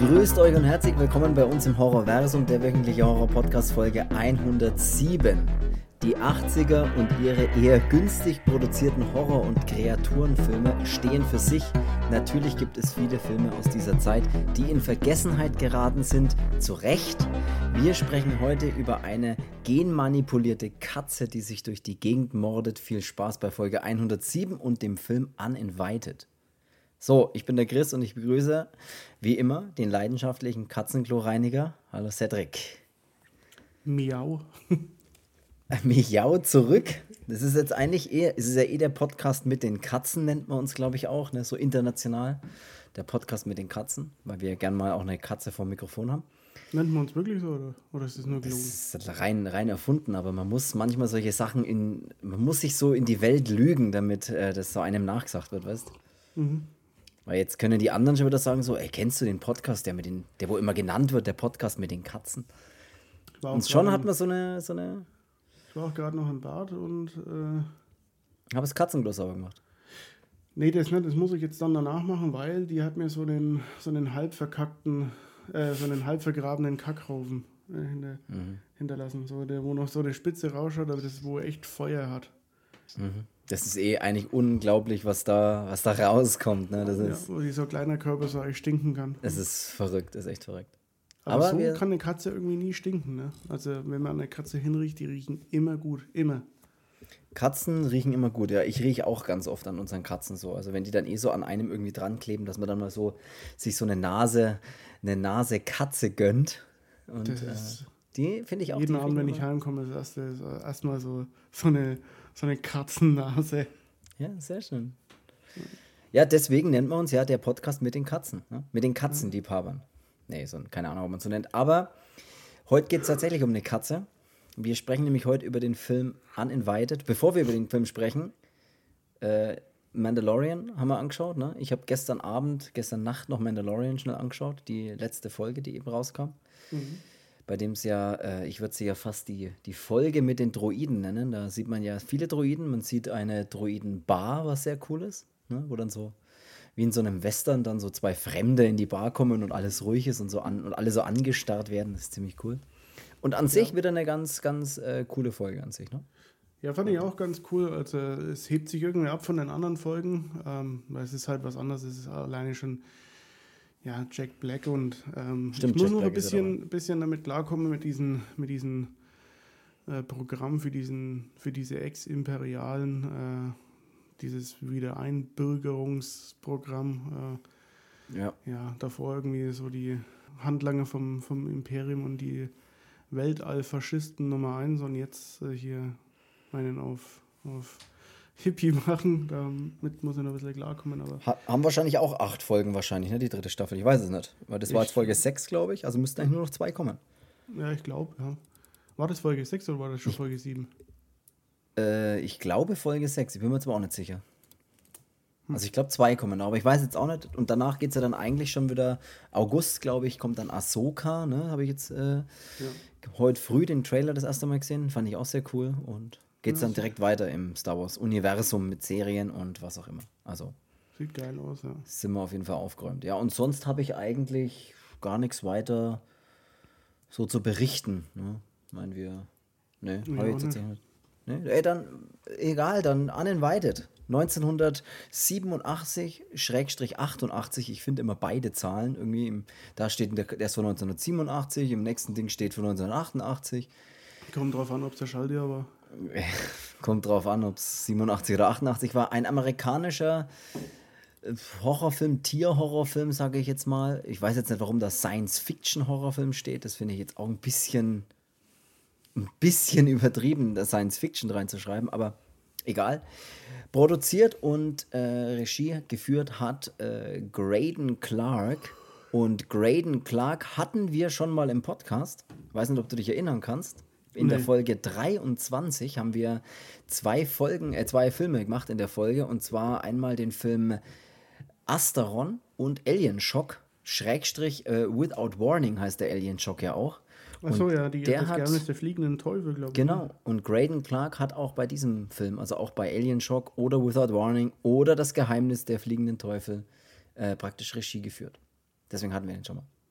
Grüßt euch und herzlich willkommen bei uns im Horrorversum, der wöchentliche Horror-Podcast-Folge 107. Die 80er und ihre eher günstig produzierten Horror- und Kreaturenfilme stehen für sich. Natürlich gibt es viele Filme aus dieser Zeit, die in Vergessenheit geraten sind, zu Recht. Wir sprechen heute über eine genmanipulierte Katze, die sich durch die Gegend mordet. Viel Spaß bei Folge 107 und dem Film Uninvited. So, ich bin der Chris und ich begrüße, wie immer, den leidenschaftlichen Katzenklo-Reiniger. Hallo Cedric. Miau. Miau zurück. Das ist jetzt eigentlich es ist ja der Podcast mit den Katzen, nennt man uns, glaube ich, auch, ne? So international. Der Podcast mit den Katzen, weil wir gerne mal auch eine Katze vor dem Mikrofon haben. Nennt man uns wirklich so, oder ist das nur gelogen? Das ist rein erfunden, aber man muss manchmal solche Sachen man muss sich so in die Welt lügen, damit das so einem nachgesagt wird, weißt du? Mhm. Weil jetzt können die anderen schon wieder sagen so, ey, kennst du den Podcast, der wo immer genannt wird, der Podcast mit den Katzen? Und schon hat man so eine Ich war auch gerade noch im Bad und habe das Katzenklo sauber gemacht. Nee, das nicht, das muss ich jetzt dann danach machen, weil die hat mir so einen halb verkackten, so einen halb vergrabenen Kackhaufen hinterlassen. So, wo noch so eine Spitze rausschaut, aber das wo echt Feuer hat. Mhm. Das ist eigentlich unglaublich, was da rauskommt. Ne? Das ist, wo so kleiner Körper so echt stinken kann. Es ist verrückt, das ist echt verrückt. Aber so kann eine Katze irgendwie nie stinken. Ne? Also wenn man eine Katze hinriecht, die riechen immer gut, immer. Katzen riechen immer gut, ja. Ich rieche auch ganz oft an unseren Katzen so. Also wenn die dann so an einem irgendwie dran kleben, dass man dann mal so sich so eine Nase Katze gönnt. Und die finde ich auch. Jeden Abend, wenn ich heimkomme, ist erstmal so eine Katzennase. Ja, sehr schön. Ja, deswegen nennt man uns ja der Podcast mit den Katzen. Ne? Mit den Katzenliebhabern. Nee, keine Ahnung, ob man es so nennt. Aber heute geht es tatsächlich um eine Katze. Wir sprechen nämlich heute über den Film Uninvited. Bevor wir über den Film sprechen, Mandalorian haben wir angeschaut. Ne? Ich habe gestern Nacht noch Mandalorian schnell angeschaut. Die letzte Folge, die eben rauskam. Mhm. Bei dem es ja, ich würde sie ja fast die Folge mit den Droiden nennen. Da sieht man ja viele Droiden. Man sieht eine Droidenbar, was sehr cool ist. Ne? Wo dann so, wie in so einem Western, dann so zwei Fremde in die Bar kommen und alles ruhig ist und alle so angestarrt werden. Das ist ziemlich cool. Und an sich wieder eine ganz, ganz coole Folge an sich, ne? Ja, fand ich auch ganz cool. Also es hebt sich irgendwie ab von den anderen Folgen, weil es ist halt was anderes. Es ist alleine schon Jack Black und Stimmt, ich muss noch ein bisschen damit klarkommen mit diesen Programm für diese Ex-Imperialen, dieses Wiedereinbürgerungsprogramm. Davor irgendwie so die Handlanger vom Imperium und die Weltall-Faschisten Nummer 1 und jetzt hier meinen auf Hippie machen. Damit muss ich noch ein bisschen klarkommen. Aber haben wahrscheinlich auch 8 Folgen wahrscheinlich, ne? Die dritte Staffel. Ich weiß es nicht. Weil das war jetzt Folge 6, glaube ich. Also müssten eigentlich nur noch 2 kommen. Ja, ich glaube, ja. War das Folge 6 oder war das schon Folge 7? Ich glaube Folge 6. Ich bin mir zwar auch nicht sicher. Also ich glaube 2 kommen noch, aber ich weiß jetzt auch nicht. Und danach geht es ja dann eigentlich schon wieder, August, glaube ich, kommt dann Ahsoka, ne? Habe ich jetzt heute früh den Trailer das erste Mal gesehen. Fand ich auch sehr cool. Und geht es dann direkt weiter im Star Wars-Universum mit Serien und was auch immer. Also sieht geil aus, ja. Sind wir auf jeden Fall aufgeräumt. Ja, und sonst habe ich eigentlich gar nichts weiter so zu berichten. Ne? Meinen wir. Ne, habe ich jetzt nicht. Ne? Ey, dann, egal, dann Uninvited. 1987/88, ich finde immer beide Zahlen irgendwie, da steht, der ist von 1987, im nächsten Ding steht von 1988. Kommt drauf an, ob es der Schaltjahr war. Kommt drauf an, ob es 87 oder 88 war. Ein amerikanischer Horrorfilm, Tierhorrorfilm, sage ich jetzt mal. Ich weiß jetzt nicht, warum da Science-Fiction-Horrorfilm steht. Das finde ich jetzt auch ein bisschen übertrieben, da Science-Fiction reinzuschreiben, aber egal. Produziert und Regie geführt hat Graydon Clark. Und Graydon Clark hatten wir schon mal im Podcast. Ich weiß nicht, ob du dich erinnern kannst. In der Folge 23 haben wir 2 Filme gemacht in der Folge. Und zwar einmal den Film Asteron und Alien Shock. Schrägstrich Without Warning heißt der Alien Shock ja auch. Achso, ja, das Geheimnis der fliegenden Teufel, glaube ich. Genau, und Graydon Clark hat auch bei diesem Film, also auch bei Alien Shock oder Without Warning oder das Geheimnis der fliegenden Teufel, praktisch Regie geführt. Deswegen hatten wir den schon mal.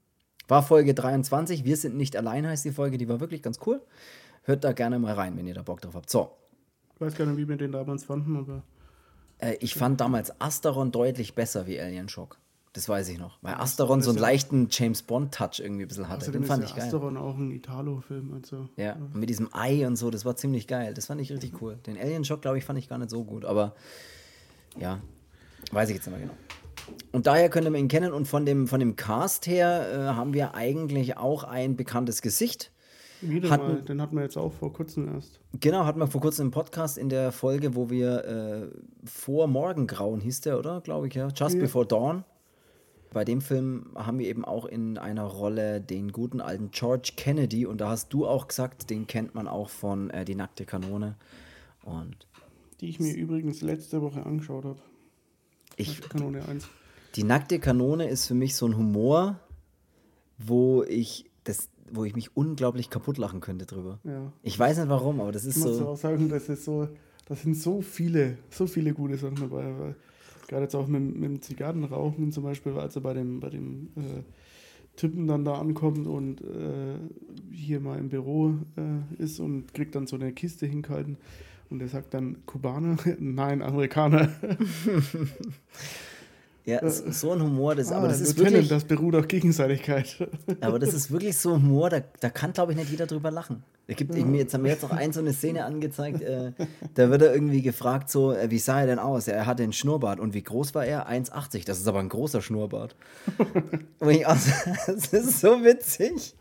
War Folge 23. Wir sind nicht allein, heißt die Folge. Die war wirklich ganz cool. Hört da gerne mal rein, wenn ihr da Bock drauf habt. So. Ich weiß gar nicht, wie wir den damals fanden, aber... Ich fand damals Asteron deutlich besser wie Alien Shock. Das weiß ich noch. Weil Asteron so einen leichten James-Bond-Touch irgendwie ein bisschen hatte. Den fand ich geil. Asteron auch ein Italo-Film. Also, ja, und mit diesem Ei und so, das war ziemlich geil. Das fand ich richtig cool. Den Alien Shock, glaube ich, fand ich gar nicht so gut. Aber ja, weiß ich jetzt nicht mehr genau. Und daher könnte man ihn kennen. Und von dem Cast her haben wir eigentlich auch ein bekanntes Gesicht. Den hatten wir jetzt auch vor kurzem erst. Genau, hatten wir vor kurzem im Podcast in der Folge, wo wir vor Morgengrauen hieß der, oder? Glaube ich, ja. Just Before Dawn. Bei dem Film haben wir eben auch in einer Rolle den guten alten George Kennedy. Und da hast du auch gesagt, den kennt man auch von Die nackte Kanone. Und die ich mir übrigens letzte Woche angeschaut habe. Kanone 1. Die nackte Kanone ist für mich so ein Humor, wo ich mich unglaublich kaputt lachen könnte drüber. Ja. Ich weiß nicht warum, aber das ist so. Ich muss auch sagen, das sind so viele gute Sachen dabei. Weil gerade jetzt auch mit dem Zigarrenrauchen zum Beispiel, als er bei dem Typen dann da ankommt und hier mal im Büro ist und kriegt dann so eine Kiste hingehalten und der sagt dann Kubaner, nein, Amerikaner. Ja, so ein Humor, aber das ist wirklich... Das beruht auf Gegenseitigkeit. Aber das ist wirklich so ein Humor, da kann, glaube ich, nicht jeder drüber lachen. Jetzt haben wir jetzt auch so eine Szene angezeigt, da wird er irgendwie gefragt, so, wie sah er denn aus? Er hatte einen Schnurrbart. Und wie groß war er? 1,80. Das ist aber ein großer Schnurrbart. Das ist so witzig.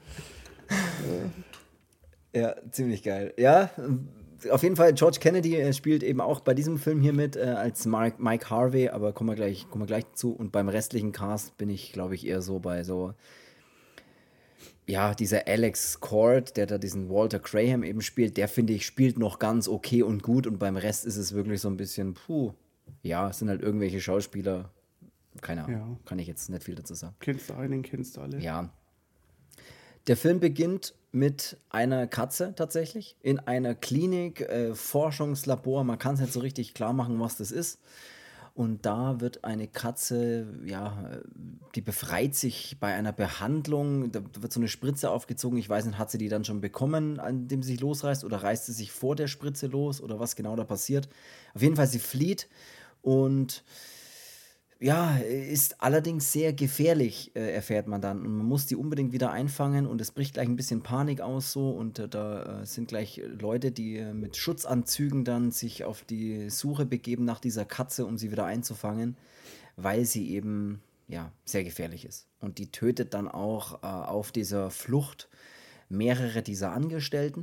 Ja, ziemlich geil. Ja, auf jeden Fall, George Kennedy spielt eben auch bei diesem Film hier mit als Mike Harvey, aber kommen wir gleich dazu. Und beim restlichen Cast bin ich, glaube ich, eher so bei so, ja, dieser Alex Cord, der da diesen Walter Graham eben spielt, der, finde ich, spielt noch ganz okay und gut. Und beim Rest ist es wirklich so ein bisschen, ja, es sind halt irgendwelche Schauspieler, keine Ahnung, kann ich jetzt nicht viel dazu sagen. Kennst du einen, kennst du alle. Ja. Der Film beginnt mit einer Katze tatsächlich in einer Klinik, Forschungslabor. Man kann es nicht so richtig klar machen, was das ist. Und da wird eine Katze, ja, die befreit sich bei einer Behandlung. Da wird so eine Spritze aufgezogen. Ich weiß nicht, hat sie die dann schon bekommen, an dem sie sich losreißt? Oder reißt sie sich vor der Spritze los? Oder was genau da passiert? Auf jeden Fall, sie flieht und ja, ist allerdings sehr gefährlich, erfährt man dann. Und man muss die unbedingt wieder einfangen und es bricht gleich ein bisschen Panik aus so. Und da sind gleich Leute, die mit Schutzanzügen dann sich auf die Suche begeben nach dieser Katze, um sie wieder einzufangen, weil sie eben, ja, sehr gefährlich ist. Und die tötet dann auch auf dieser Flucht mehrere dieser Angestellten.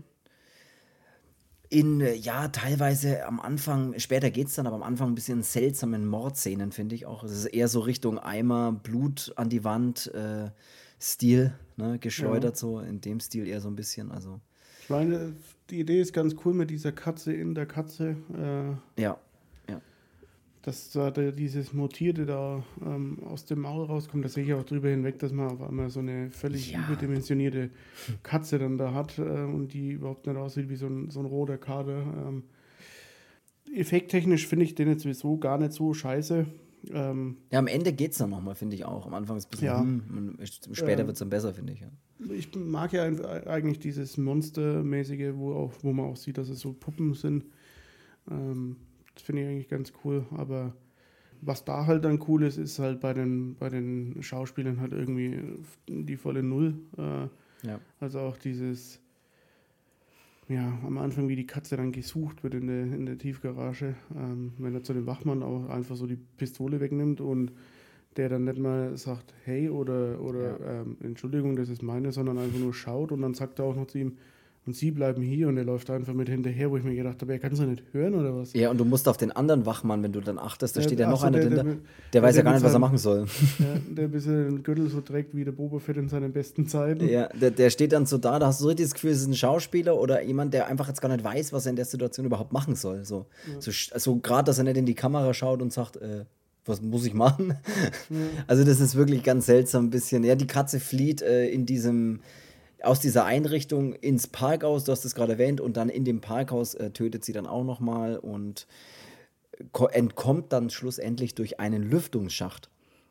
Ja, teilweise am Anfang, später geht's dann, aber am Anfang ein bisschen seltsamen Mordszenen, finde ich auch. Es ist eher so Richtung Eimer, Blut an die Wand, Stil, ne, geschleudert, ja. So in dem Stil eher so ein bisschen, also. Ich meine, die Idee ist ganz cool mit dieser Katze in der Katze. Ja. Dass da dieses Mutierte da aus dem Maul rauskommt, da sehe ich auch drüber hinweg, dass man auf einmal so eine völlig überdimensionierte Katze dann da hat und die überhaupt nicht aussieht wie so ein roter Kater. Effekttechnisch finde ich den jetzt sowieso gar nicht so scheiße. Ja, am Ende geht es dann nochmal, finde ich auch. Am Anfang ist es ein bisschen, später wird es dann besser, finde ich. Ja. Ich mag ja eigentlich dieses Monstermäßige, wo man auch sieht, dass es so Puppen sind. Das finde ich eigentlich ganz cool, aber was da halt dann cool ist, ist halt bei den Schauspielern halt irgendwie die volle Null. Also auch dieses, ja, am Anfang, wie die Katze dann gesucht wird in der Tiefgarage, wenn er zu dem Wachmann auch einfach so die Pistole wegnimmt und der dann nicht mal sagt, hey oder Entschuldigung, das ist meine, sondern einfach nur schaut und dann sagt er auch noch zu ihm, und sie bleiben hier und er läuft einfach mit hinterher, wo ich mir gedacht habe, er kann es ja nicht hören oder was? Ja, und du musst auf den anderen Wachmann, wenn du dann achtest, da steht ja noch einer drin, der weiß ja gar nicht, was er machen soll. Ja, der ein bisschen den Gürtel so trägt wie der Boba Fett in seinen besten Zeiten. Ja, der steht dann so da hast du so richtig das Gefühl, es ist ein Schauspieler oder jemand, der einfach jetzt gar nicht weiß, was er in der Situation überhaupt machen soll. So gerade, dass er nicht in die Kamera schaut und sagt, was muss ich machen? Ja. Also das ist wirklich ganz seltsam ein bisschen. Ja, die Katze flieht aus dieser Einrichtung ins Parkhaus, du hast es gerade erwähnt, und dann in dem Parkhaus tötet sie dann auch nochmal und entkommt dann schlussendlich durch einen Lüftungsschacht.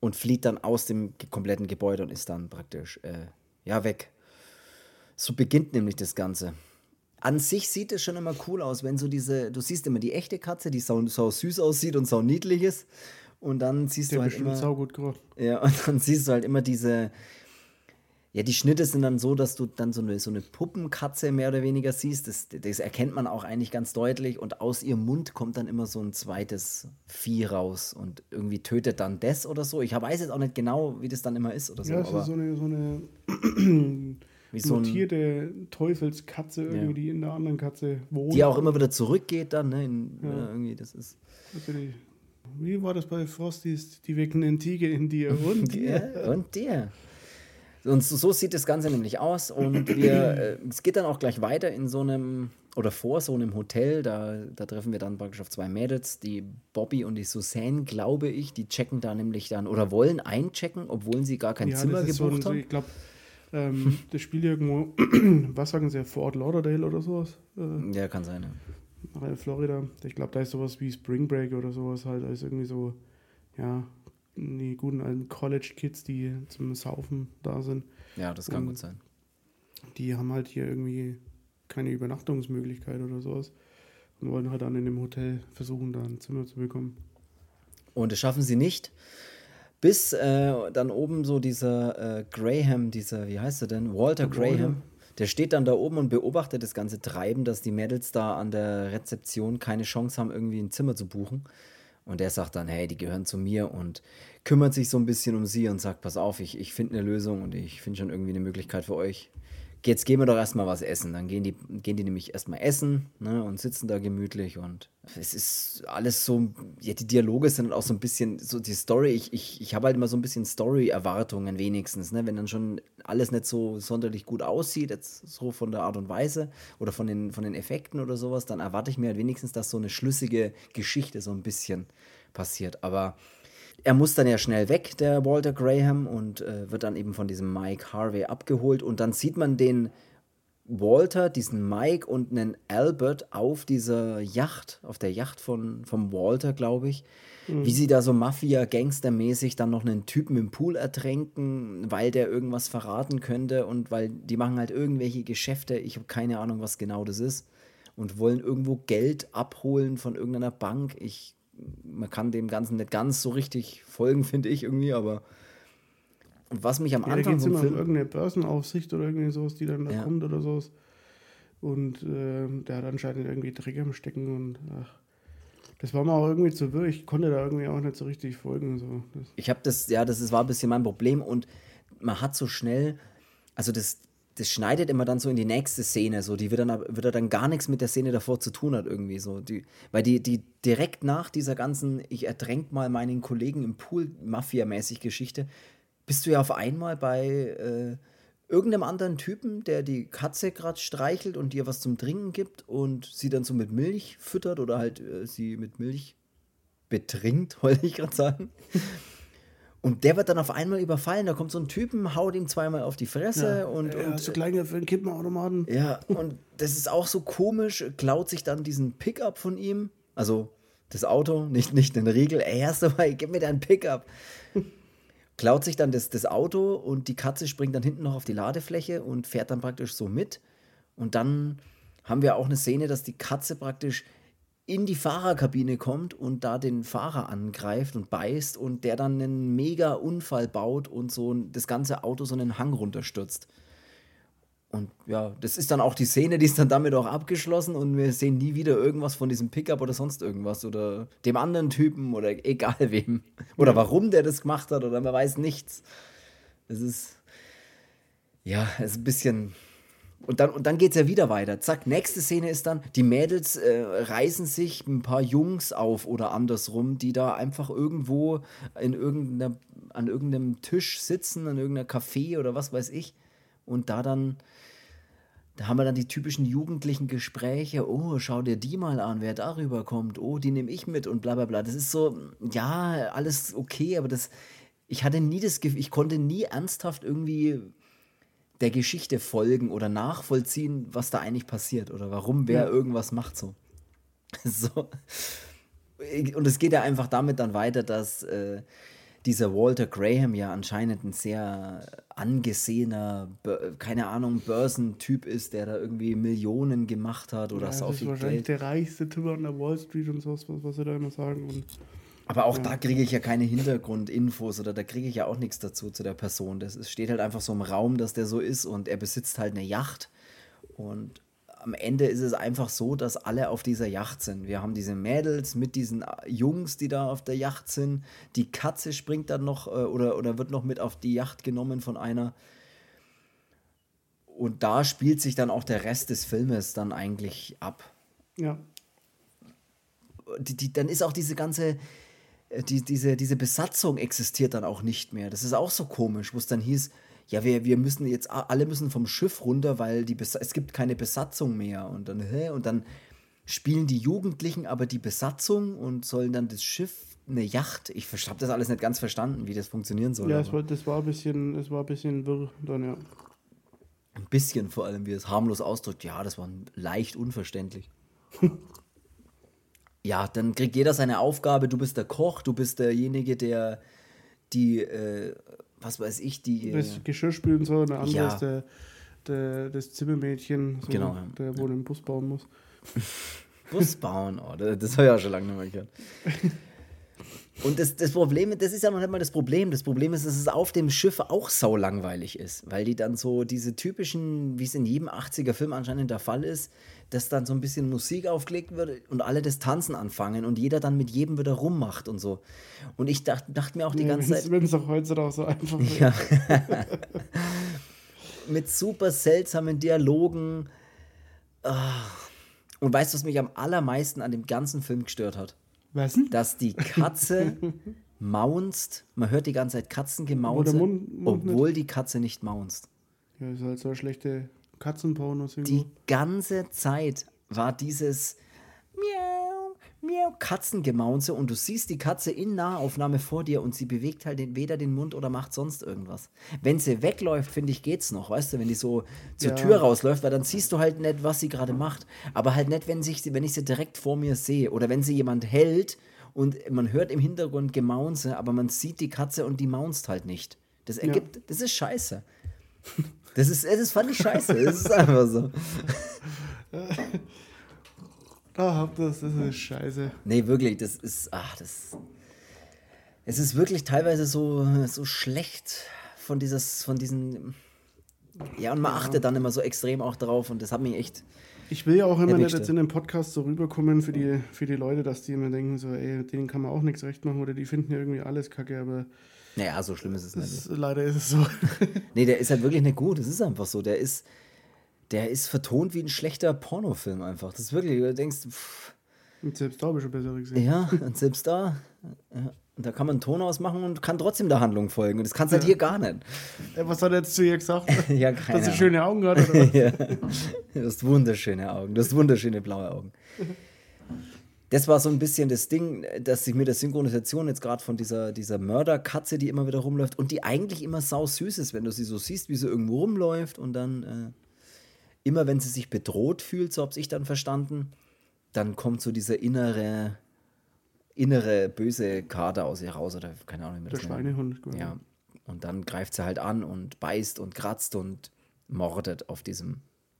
und flieht dann aus dem kompletten Gebäude und ist dann praktisch, weg. So beginnt nämlich das Ganze. An sich sieht es schon immer cool aus, wenn so du siehst immer die echte Katze, die sau süß aussieht und sau niedlich ist. Und dann siehst du halt immer... saugut gemacht. Ja, und dann siehst du halt immer diese... Ja, die Schnitte sind dann so, dass du dann so eine Puppenkatze mehr oder weniger siehst. Das erkennt man auch eigentlich ganz deutlich. Und aus ihrem Mund kommt dann immer so ein zweites Vieh raus und irgendwie tötet dann das oder so. Ich weiß jetzt auch nicht genau, wie das dann immer ist oder so. Ja, es ist so eine wie so mutierte Teufelskatze irgendwie, die in der anderen Katze wohnt. Die auch immer wieder zurückgeht dann, ne? Irgendwie, das ist... Wie war das bei Frosties? Die wecken den Tiger in dir und dir. Ja, und dir. Und so sieht das Ganze nämlich aus. Und es geht dann auch gleich weiter in so einem, oder vor so einem Hotel. Da treffen wir dann praktisch auf 2 Mädels, die Bobby und die Suzanne, glaube ich. Die checken da nämlich dann, oder wollen einchecken, obwohl sie gar kein Zimmer gebucht haben. Ich glaube, das Spiel irgendwo, was sagen sie, Fort Lauderdale oder sowas? Ja, kann sein, ja. In Florida. Ich glaube, da ist sowas wie Spring Break oder sowas halt. Da ist irgendwie so, ja, die guten alten College-Kids, die zum Saufen da sind. Ja, das kann gut sein. Die haben halt hier irgendwie keine Übernachtungsmöglichkeit oder sowas und wollen halt dann in dem Hotel versuchen, da ein Zimmer zu bekommen. Und das schaffen sie nicht, bis dann oben so dieser Graham, wie heißt er denn? Walter Graham. Der steht dann da oben und beobachtet das ganze Treiben, dass die Mädels da an der Rezeption keine Chance haben, irgendwie ein Zimmer zu buchen. Und der sagt dann, hey, die gehören zu mir und kümmert sich so ein bisschen um sie und sagt, pass auf, ich finde eine Lösung und ich finde schon irgendwie eine Möglichkeit für euch. Jetzt gehen wir doch erstmal was essen. Dann gehen die nämlich erstmal essen, ne, und sitzen da gemütlich und es ist alles so, ja, die Dialoge sind auch so ein bisschen, so die Story, ich habe halt immer so ein bisschen Story-Erwartungen wenigstens, ne, wenn dann schon alles nicht so sonderlich gut aussieht, jetzt so von der Art und Weise oder von den Effekten oder sowas, dann erwarte ich mir halt wenigstens, dass so eine schlüssige Geschichte so ein bisschen passiert, aber er muss dann ja schnell weg, der Walter Graham, und wird dann eben von diesem Mike Harvey abgeholt. Und dann sieht man den Walter, diesen Mike und einen Albert auf dieser Yacht, auf der Yacht vom Walter, glaube ich. Wie sie da so Mafia-Gangster-mäßig dann noch einen Typen im Pool ertränken, weil der irgendwas verraten könnte und weil die machen halt irgendwelche Geschäfte, ich habe keine Ahnung, was genau das ist, und wollen irgendwo Geld abholen von irgendeiner Bank. Man kann dem Ganzen nicht ganz so richtig folgen, finde ich irgendwie, aber was mich am Anfang vom Film... irgendeine Börsenaufsicht oder irgendwie sowas, die dann da kommt oder sowas. Und der hat anscheinend irgendwie Dreck am Stecken und das war mir auch irgendwie zu wirr. Ich konnte da irgendwie auch nicht so richtig folgen. So. Das war ein bisschen mein Problem und man hat so schnell, also das schneidet immer dann so in die nächste Szene, so, die wird dann gar nichts mit der Szene davor zu tun hat irgendwie so, weil die direkt nach dieser ganzen, ich ertränk mal meinen Kollegen im Pool Mafia-mäßig Geschichte, bist du ja auf einmal bei irgendeinem anderen Typen, der die Katze gerade streichelt und ihr was zum Trinken gibt und sie dann so mit Milch füttert oder halt sie mit Milch betrinkt, wollte ich gerade sagen. Und der wird dann auf einmal überfallen, da kommt so ein Typen, haut ihm zweimal auf die Fresse und zu klein für einen Kippenautomaten. Ja, und das ist auch so komisch, klaut sich dann diesen Pickup von ihm, also das Auto, nicht den Riegel, erst einmal, gib mir deinen Pickup. Klaut sich dann das Auto und die Katze springt dann hinten noch auf die Ladefläche und fährt dann praktisch so mit. Und dann haben wir auch eine Szene, dass die Katze praktisch in die Fahrerkabine kommt und da den Fahrer angreift und beißt und der dann einen mega Unfall baut und so das ganze Auto so einen Hang runterstürzt. Und ja, das ist dann auch die Szene, die ist dann damit auch abgeschlossen und wir sehen nie wieder irgendwas von diesem Pickup oder sonst irgendwas oder dem anderen Typen oder egal wem. Oder warum der das gemacht hat oder man weiß nichts. Es ist ein bisschen... Und dann geht es ja wieder weiter. Zack, nächste Szene ist dann, die Mädels reißen sich ein paar Jungs auf oder andersrum, die da einfach irgendwo an irgendeinem Tisch sitzen, an irgendeiner Café oder was weiß ich. Und da haben wir dann die typischen jugendlichen Gespräche. Oh, schau dir die mal an, wer darüber kommt. Oh, die nehme ich mit und bla bla bla. Das ist so, ja, alles okay, aber ich hatte nie das Gefühl, ich konnte nie ernsthaft irgendwie der Geschichte folgen oder nachvollziehen, was da eigentlich passiert oder warum wer irgendwas macht so. So. Und es geht ja einfach damit dann weiter, dass dieser Walter Graham ja anscheinend ein sehr angesehener, keine Ahnung, Börsentyp ist, der da irgendwie Millionen gemacht hat oder so viel Geld. Das ist wahrscheinlich der reichste Typ an der Wall Street und sowas, was sie da immer sagen. Und aber auch da kriege ich ja keine Hintergrundinfos oder da kriege ich ja auch nichts dazu zu der Person. Es steht halt einfach so im Raum, dass der so ist und er besitzt halt eine Yacht. Und am Ende ist es einfach so, dass alle auf dieser Yacht sind. Wir haben diese Mädels mit diesen Jungs, die da auf der Yacht sind. Die Katze springt dann noch oder wird noch mit auf die Yacht genommen von einer. Und da spielt sich dann auch der Rest des Filmes dann eigentlich ab. Ja. Dann ist auch diese ganze... Diese Besatzung existiert dann auch nicht mehr. Das ist auch so komisch, wo es dann hieß, ja, wir müssen jetzt, alle müssen vom Schiff runter, weil es gibt keine Besatzung mehr. Und dann spielen die Jugendlichen aber die Besatzung und sollen dann das Schiff, eine Yacht, ich habe das alles nicht ganz verstanden, wie das funktionieren soll. Ja, es war ein bisschen wirr dann, ja. Ein bisschen vor allem, wie es harmlos ausdrückt, ja, das war leicht unverständlich. Ja, dann kriegt jeder seine Aufgabe, du bist der Koch, du bist derjenige, der was weiß ich, das Geschirr spülen und so, und der andere ist das Zimmermädchen, so, genau, der wohl einen Bus bauen muss. Bus bauen, oh, das habe ich auch schon lange nicht mehr gehört. Und das Problem, das ist ja noch nicht mal das Problem. Das Problem ist, dass es auf dem Schiff auch saulangweilig ist, weil die dann so diese typischen, wie es in jedem 80er-Film anscheinend der Fall ist, dass dann so ein bisschen Musik aufgelegt wird und alle das Tanzen anfangen und jeder dann mit jedem wieder rummacht und so. Und ich dachte mir auch die ganze Zeit... Wenn es auch heutzutage so einfach ist. Ja. Mit super seltsamen Dialogen. Und weißt du, was mich am allermeisten an dem ganzen Film gestört hat? Was denn? Dass die Katze maunzt. Man hört die ganze Zeit Katzengemaunze, obwohl die Katze nicht maunzt. Ja, ist halt so eine schlechte Katzenpornos irgendwo. Die ganze Zeit war dieses Miau, Miau, Katzengemaunze und du siehst die Katze in Nahaufnahme vor dir und sie bewegt halt weder den Mund oder macht sonst irgendwas. Wenn sie wegläuft, finde ich, geht's noch, weißt du, wenn die so zur Tür rausläuft, weil dann siehst du halt nicht, was sie gerade macht. Aber halt nicht, wenn ich sie direkt vor mir sehe oder wenn sie jemand hält und man hört im Hintergrund Gemaunze, aber man sieht die Katze und die maunzt halt nicht. Das ist scheiße. Das fand ich scheiße. Das ist einfach so. Das ist scheiße. Nee, wirklich, es ist wirklich teilweise so schlecht von diesen, ja, und man achtet dann immer so extrem auch drauf und das hat mich echt... Ich will ja auch immer nicht jetzt in dem Podcast so rüberkommen für die Leute, dass die immer denken so, ey, denen kann man auch nichts recht machen oder die finden ja irgendwie alles kacke, aber... Naja, so schlimm ist es nicht. Leider ist es so. Nee, der ist halt wirklich nicht gut, das ist einfach so, der ist vertont wie ein schlechter Pornofilm einfach. Das ist wirklich, du denkst... Und selbst da habe ich schon bessere gesehen. Ja, und selbst da... Ja. Und da kann man einen Ton ausmachen und kann trotzdem der Handlung folgen. Und das kannst du halt hier gar nicht. Was hat er jetzt zu ihr gesagt? Ja, keine Dass sie schöne Augen hat, oder was? Ja. Du hast wunderschöne Augen. Du hast wunderschöne blaue Augen. Das war so ein bisschen das Ding, dass sich mit der Synchronisation jetzt gerade von dieser Mörderkatze, die immer wieder rumläuft und die eigentlich immer sau süß ist, wenn du sie so siehst, wie sie irgendwo rumläuft und dann immer, wenn sie sich bedroht fühlt, so hab's ich dann verstanden, dann kommt so dieser innere böse Kater aus ihr raus oder keine Ahnung. Wie der Schweinehund. Ja, und dann greift sie halt an und beißt und kratzt und mordet auf diesem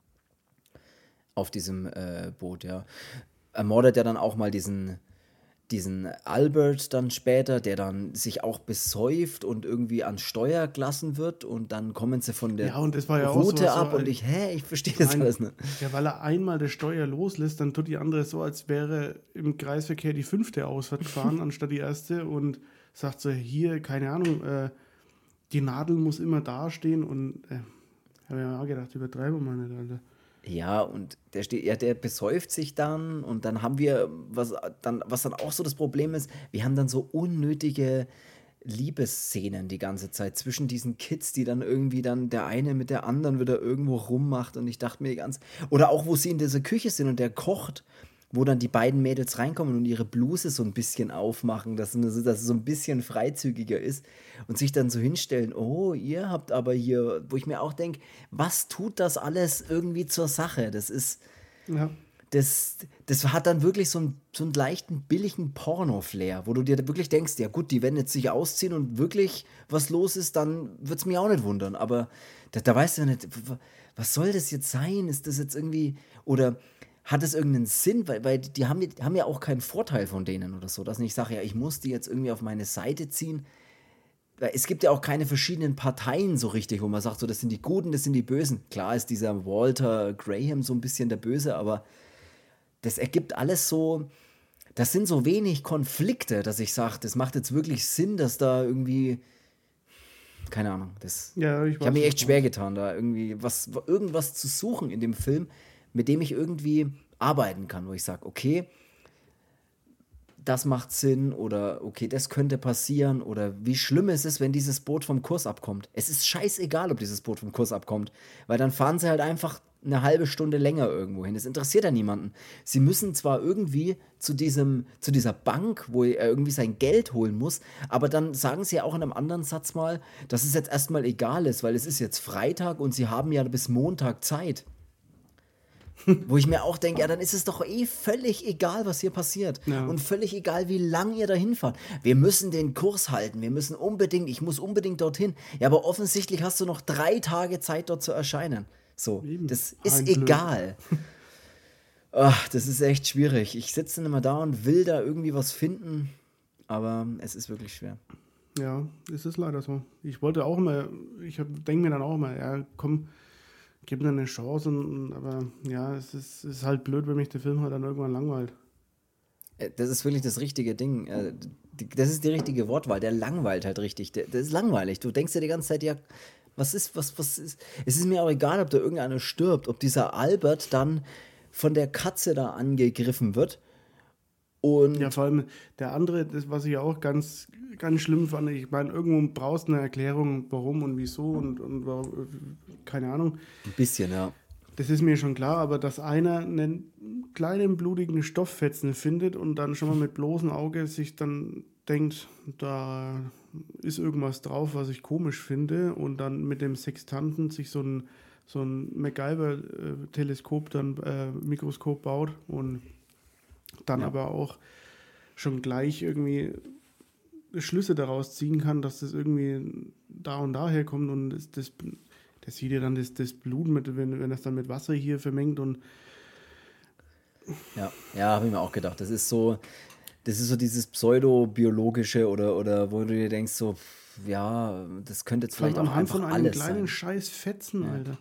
Boot, ja. Ermordet ja dann auch mal diesen Albert dann später, der dann sich auch besäuft und irgendwie ans Steuer gelassen wird und dann kommen sie von der und das war ja Route auch so, ab und ich verstehe das alles nicht. Ja, weil er einmal das Steuer loslässt, dann tut die andere so, als wäre im Kreisverkehr die 5. Ausfahrt gefahren, anstatt die 1. und sagt so, hier, keine Ahnung, die Nadel muss immer dastehen und habe ich mir auch gedacht, übertreiben wir mal nicht, Alter. Ja, und der besäuft sich dann und dann haben wir, was dann auch so das Problem ist, wir haben dann so unnötige Liebesszenen die ganze Zeit zwischen diesen Kids, die dann irgendwie dann der eine mit der anderen wieder irgendwo rummacht und ich dachte mir oder auch wo sie in dieser Küche sind und der kocht, wo dann die beiden Mädels reinkommen und ihre Bluse so ein bisschen aufmachen, dass es so ein bisschen freizügiger ist und sich dann so hinstellen, oh, ihr habt aber hier, wo ich mir auch denke, was tut das alles irgendwie zur Sache? Das ist, das hat dann wirklich so einen leichten, billigen Porno-Flair, wo du dir wirklich denkst, ja gut, die werden jetzt sich ausziehen und wirklich was los ist, dann wird es mich auch nicht wundern. Aber da weißt du ja nicht, was soll das jetzt sein? Ist das jetzt irgendwie, oder hat es irgendeinen Sinn? Weil die haben ja auch keinen Vorteil von denen oder so, dass ich sage, ja, ich muss die jetzt irgendwie auf meine Seite ziehen. Weil es gibt ja auch keine verschiedenen Parteien so richtig, wo man sagt, so, das sind die Guten, das sind die Bösen. Klar ist dieser Walter Graham so ein bisschen der Böse, aber das ergibt alles so, das sind so wenig Konflikte, dass ich sage, das macht jetzt wirklich Sinn, dass da irgendwie, keine Ahnung, Ja, ich habe mir echt schwer getan, da irgendwie irgendwas zu suchen in dem Film, mit dem ich irgendwie arbeiten kann, wo ich sage, okay, das macht Sinn oder okay, das könnte passieren oder wie schlimm ist es, wenn dieses Boot vom Kurs abkommt. Es ist scheißegal, ob dieses Boot vom Kurs abkommt, weil dann fahren sie halt einfach eine halbe Stunde länger irgendwo hin. Das interessiert ja niemanden. Sie müssen zwar irgendwie zu dieser Bank, wo er irgendwie sein Geld holen muss, aber dann sagen sie ja auch in einem anderen Satz mal, dass es jetzt erstmal egal ist, weil es ist jetzt Freitag und sie haben ja bis Montag Zeit. Wo ich mir auch denke, ja, dann ist es doch völlig egal, was hier passiert. Ja. Und völlig egal, wie lang ihr dahin fahrt. Wir müssen den Kurs halten. Ich muss unbedingt dorthin. Ja, aber offensichtlich hast du noch 3 Tage Zeit, dort zu erscheinen. So, Eben. das ist egal. Ach, das ist echt schwierig. Ich sitze dann immer da und will da irgendwie was finden, aber es ist wirklich schwer. Ja, es ist leider so. Ich denke mir dann auch immer, ja, komm, gib mir eine Chance, aber ja, es ist halt blöd, wenn mich der Film halt dann irgendwann langweilt. Das ist wirklich das richtige Ding. Das ist die richtige Wortwahl. Der langweilt halt richtig. Das ist langweilig. Du denkst dir die ganze Zeit, ja, was ist? Es ist mir auch egal, ob da irgendeiner stirbt, ob dieser Albert dann von der Katze da angegriffen wird. Und ja, vor allem der andere, das, was ich auch ganz, ganz schlimm fand, ich meine, irgendwo brauchst du eine Erklärung, warum und wieso und warum, keine Ahnung. Ein bisschen, ja. Das ist mir schon klar, aber dass einer einen kleinen blutigen Stofffetzen findet und dann schon mal mit bloßem Auge sich dann denkt, da ist irgendwas drauf, was ich komisch finde und dann mit dem Sextanten sich so ein MacGyver-Teleskop, Mikroskop baut und dann aber auch schon gleich irgendwie Schlüsse daraus ziehen kann, dass das irgendwie da und daher kommt und das sieht ja dann das Blut, wenn das dann mit Wasser hier vermengt und ja, habe ich mir auch gedacht. Das ist so dieses pseudobiologische oder wo du dir denkst, so, ja, das könnte jetzt vielleicht auch einfach von einem alles kleinen sein. scheiß Fetzen, Ja. Alter.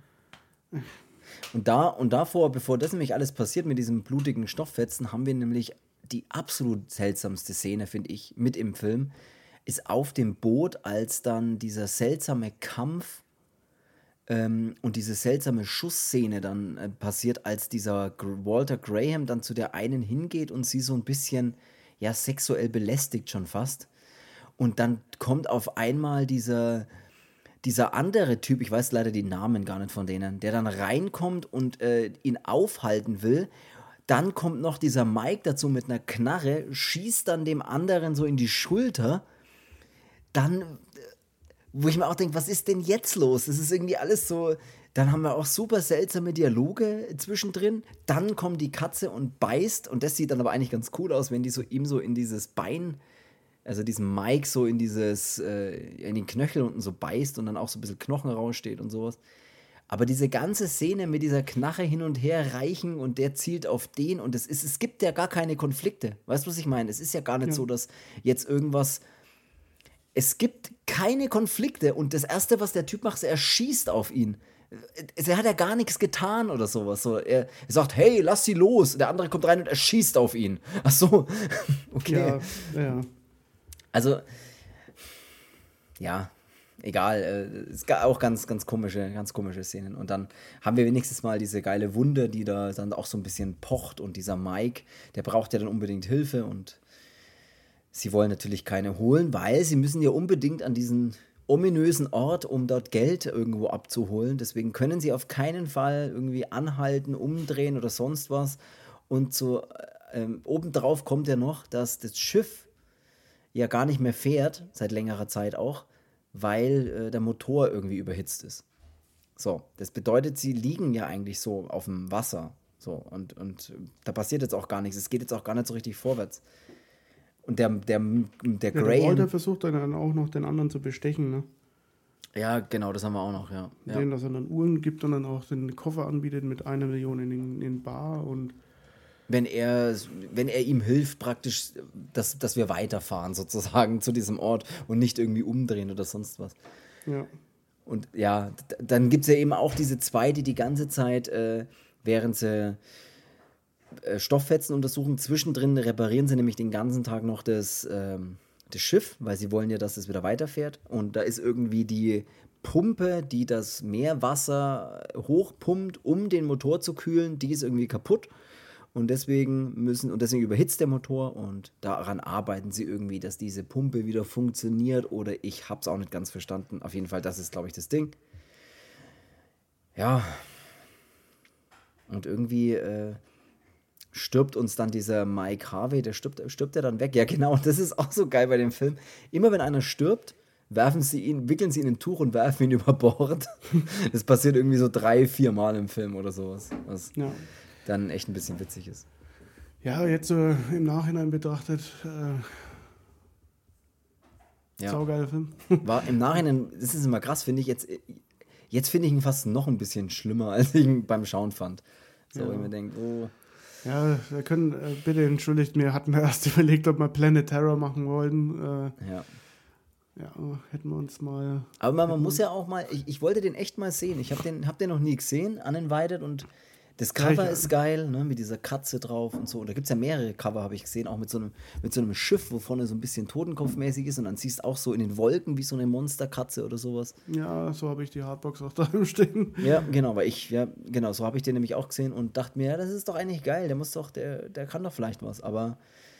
Und davor, bevor das nämlich alles passiert mit diesem blutigen Stofffetzen, haben wir nämlich die absolut seltsamste Szene, finde ich, mit im Film, ist auf dem Boot, als dann dieser seltsame Kampf und diese seltsame Schussszene dann passiert, als dieser Walter Graham dann zu der einen hingeht und sie so ein bisschen, ja, sexuell belästigt schon fast. Und dann kommt auf einmal dieser andere Typ, ich weiß leider die Namen gar nicht von denen, der dann reinkommt und ihn aufhalten will. Dann kommt noch dieser Mike dazu mit einer Knarre, schießt dann dem anderen so in die Schulter. Dann, wo ich mir auch denke, was ist denn jetzt los? Das ist irgendwie alles so. Dann haben wir auch super seltsame Dialoge zwischendrin. Dann kommt die Katze und beißt. Und das sieht dann aber eigentlich ganz cool aus, wenn die so ihm so in dieses Bein, also diesen Mike so in den Knöchel unten so beißt und dann auch so ein bisschen Knochen raussteht und sowas. Aber diese ganze Szene mit dieser Knarre hin und her reichen und der zielt auf den und es gibt ja gar keine Konflikte. Weißt du, was ich meine? Es ist ja gar nicht so, dass jetzt irgendwas. Es gibt keine Konflikte und das Erste, was der Typ macht, er schießt auf ihn. Er hat ja gar nichts getan oder sowas. So, er sagt, hey, lass sie los. Der andere kommt rein und er schießt auf ihn. Ach so, okay. Ja. Also, ja, egal. Es gab auch ganz komische Szenen. Und dann haben wir wenigstens mal diese geile Wunde, die da dann auch so ein bisschen pocht. Und dieser Mike, der braucht ja dann unbedingt Hilfe. Und sie wollen natürlich keine holen, weil sie müssen ja unbedingt an diesen ominösen Ort, um dort Geld irgendwo abzuholen. Deswegen können sie auf keinen Fall irgendwie anhalten, umdrehen oder sonst was. Und so obendrauf kommt ja noch, dass das Schiff ja gar nicht mehr fährt, seit längerer Zeit auch, weil der Motor irgendwie überhitzt ist. So, das bedeutet, sie liegen ja eigentlich so auf dem Wasser. So, und da passiert jetzt auch gar nichts. Es geht jetzt auch gar nicht so richtig vorwärts. Und der Graham... Der Walter versucht dann auch noch den anderen zu bestechen, ne? Ja, genau, das haben wir auch noch, ja. Den, dass er dann Uhren gibt und dann auch den Koffer anbietet mit 1 Million in Bar und... Wenn er ihm hilft, praktisch, dass wir weiterfahren, sozusagen, zu diesem Ort und nicht irgendwie umdrehen oder sonst was. Ja. Und ja, dann gibt es ja eben auch diese zwei, die ganze Zeit, während sie Stofffetzen untersuchen, zwischendrin reparieren sie nämlich den ganzen Tag noch das Schiff, weil sie wollen ja, dass es wieder weiterfährt. Und da ist irgendwie die Pumpe, die das Meerwasser hochpumpt, um den Motor zu kühlen, die ist irgendwie kaputt. Und deswegen überhitzt der Motor und daran arbeiten sie irgendwie, dass diese Pumpe wieder funktioniert, oder ich hab's auch nicht ganz verstanden. Auf jeden Fall, das ist, glaube ich, das Ding. Ja. Und irgendwie stirbt uns dann dieser Mike Harvey, stirbt er dann weg. Ja, genau, und das ist auch so geil bei dem Film. Immer wenn einer stirbt, wickeln sie ihn in ein Tuch und werfen ihn über Bord. Das passiert irgendwie so 3-4 Mal im Film oder sowas. Ja. Dann echt ein bisschen witzig ist. Ja, jetzt so im Nachhinein betrachtet, saugeiler Film. War im Nachhinein, das ist immer krass, finde ich, jetzt finde ich ihn fast noch ein bisschen schlimmer, als ich ihn beim Schauen fand. So, wenn man denkt, oh. Ja, wir können, bitte entschuldigt mir, hatten wir erst überlegt, ob wir Planet Terror machen wollten. Ja, hätten wir uns mal... Aber man muss ja auch mal, ich wollte den echt mal sehen. Ich hab den noch nie gesehen, Uninvited, und das Cover ist geil, ne, mit dieser Katze drauf und so. Und da gibt es ja mehrere Cover, habe ich gesehen, auch mit so einem Schiff, wo vorne so ein bisschen Totenkopfmäßig ist, und dann siehst du auch so in den Wolken wie so eine Monsterkatze oder sowas. Ja, so habe ich die Hardbox auch daheim stehen. Ja, genau, so habe ich den nämlich auch gesehen und dachte mir, ja, das ist doch eigentlich geil, der kann doch vielleicht was, aber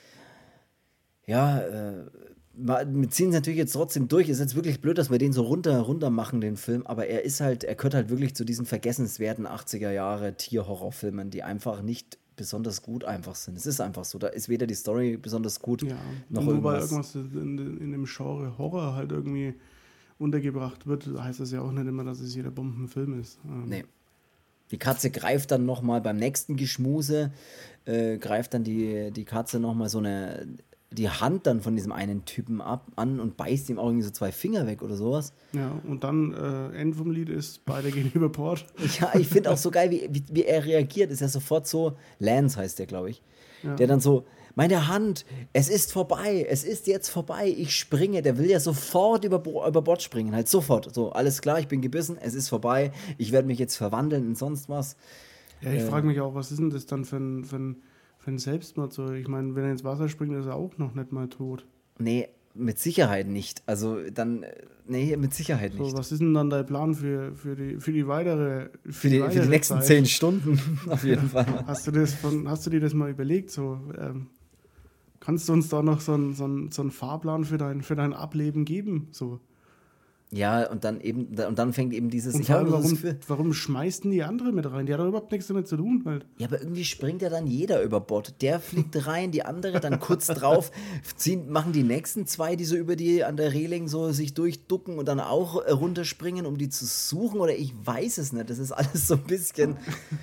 ja, wir ziehen es natürlich jetzt trotzdem durch. Ist jetzt wirklich blöd, dass wir den so runter machen, den Film, aber er gehört halt wirklich zu diesen vergessenswerten 80er Jahre Tierhorrorfilmen, die einfach nicht besonders gut einfach sind. Es ist einfach so, da ist weder die Story besonders gut, noch nur weil irgendwas in dem Genre Horror halt irgendwie untergebracht wird, heißt das ja auch nicht immer, dass es jeder Bombenfilm ist. Nee. Die Katze greift dann nochmal beim nächsten Geschmuse, greift dann die Katze nochmal die Hand dann von diesem einen Typen an und beißt ihm auch irgendwie so 2 Finger weg oder sowas. Ja, und dann Ende vom Lied ist, beide gehen über Bord. Ja, ich finde auch so geil, wie er reagiert. Ist ja sofort so, Lance heißt der, glaube ich. Ja. Der dann so, meine Hand, es ist vorbei, es ist jetzt vorbei, ich springe. Der will ja sofort über Bord springen, halt sofort. So, alles klar, ich bin gebissen, es ist vorbei, ich werde mich jetzt verwandeln in sonst was. Ja, ich frage mich auch, was ist denn das dann für ein Selbstmord? So, ich meine, wenn er ins Wasser springt, ist er auch noch nicht mal tot. Nee, mit Sicherheit nicht. Also dann, mit Sicherheit nicht. So, was ist denn dann dein Plan für die weitere Für die nächsten Zeit? 10 Stunden, auf jeden Fall. Hast du dir das mal überlegt? So, kannst du uns da noch so einen Fahrplan für dein Ableben geben? So. Ja, und dann fängt eben dieses... Und warum schmeißt denn die andere mit rein? Die hat doch überhaupt nichts damit zu tun. Halt. Ja, aber irgendwie springt ja dann jeder über Bord. Der fliegt rein, die andere dann kurz drauf, machen die nächsten 2, die so an der Reling so sich durchducken und dann auch runterspringen, um die zu suchen, oder ich weiß es nicht. Das ist alles so ein bisschen...